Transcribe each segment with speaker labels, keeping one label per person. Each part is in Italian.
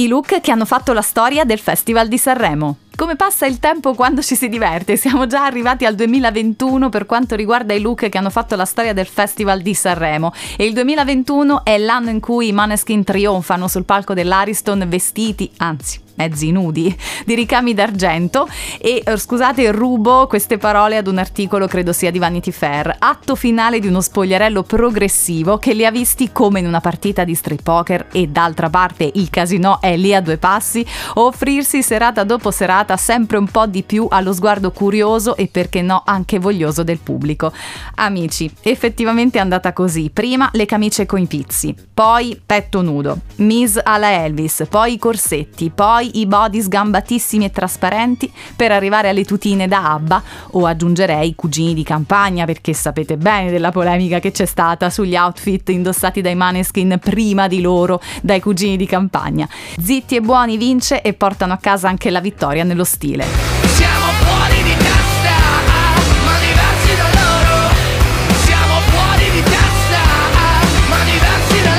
Speaker 1: I look che hanno fatto la storia del Festival di Sanremo. Come passa il tempo quando ci si diverte? Siamo già arrivati al 2021 per quanto riguarda i look che hanno fatto la storia del Festival di Sanremo, e il 2021 è l'anno in cui i Måneskin trionfano sul palco dell'Ariston vestiti, anzi mezzi nudi, di ricami d'argento. E scusate, rubo queste parole ad un articolo, credo sia di Vanity Fair: atto finale di uno spogliarello progressivo che li ha visti come in una partita di street poker, e d'altra parte il casino è lì a due passi, offrirsi serata dopo serata sempre un po' di più allo sguardo curioso e, perché no, anche voglioso del pubblico. Amici, effettivamente è andata così: prima le camicie coi pizzi, poi petto nudo, Miss alla Elvis, poi i corsetti, poi i body sgambatissimi e trasparenti, per arrivare alle tutine da ABBA, o aggiungerei cugini di campagna, perché sapete bene della polemica che c'è stata sugli outfit indossati dai Måneskin prima di loro dai cugini di campagna. Zitti e buoni vince e portano a casa anche la vittoria nello stile.
Speaker 2: Siamo fuori di testa, ma diversi da loro. Siamo fuori di testa, ma diversi da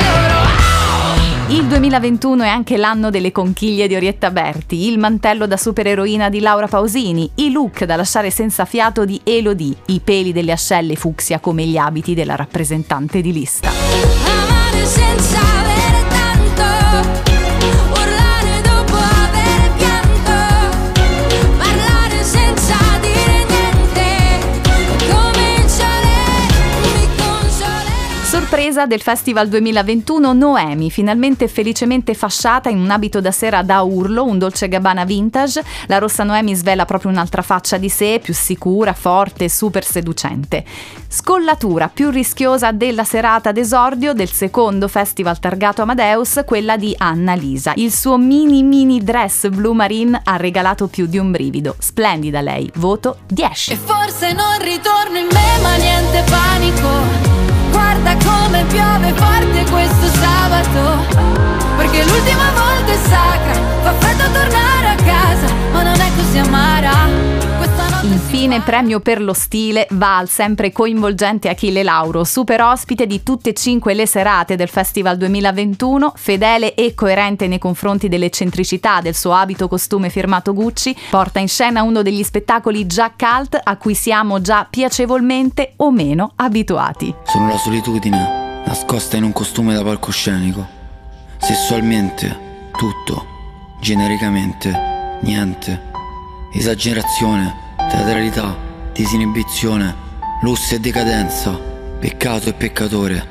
Speaker 2: loro.
Speaker 1: Il 2021 è anche l'anno delle conchiglie di Orietta Berti, il mantello da supereroina di Laura Pausini, i look da lasciare senza fiato di Elodie, i peli delle ascelle fucsia come gli abiti della rappresentante di lista.
Speaker 3: Amare senza avere tanto, urlare dopo avere pianto, parlare senza dire niente, come il sole mi consolerà.
Speaker 1: Sorpresa del Festival 2021, Noemi, finalmente felicemente fasciata in un abito da sera da urlo, un Dolce & Gabbana vintage. La rossa Noemi svela proprio un'altra faccia di sé, più sicura, forte, super seducente. Scollatura più rischiosa della serata d'esordio del secondo festival targato Amadeus, quella di Annalisa. Il suo mini dress blu marine ha regalato più di un brivido. Splendida lei, voto 10.
Speaker 3: E forse non ritorno in me, ma niente panico. Guarda come piove forte questo sabato, perché l'ultima volta è sacra. Fa freddo tornare a casa, ma non è così amara. Questa notte
Speaker 1: Infine, premio per lo stile va al sempre coinvolgente Achille Lauro, super ospite di tutte e 5 le serate del Festival 2021, fedele e coerente nei confronti dell'eccentricità del suo abito costume firmato Gucci, porta in scena uno degli spettacoli già cult a cui siamo già piacevolmente o meno abituati.
Speaker 4: Sono la solitudine, nascosta in un costume da palcoscenico. Sessualmente, tutto. Genericamente, niente. Esagerazione, teatralità, disinibizione, lusso e decadenza, peccato e peccatore.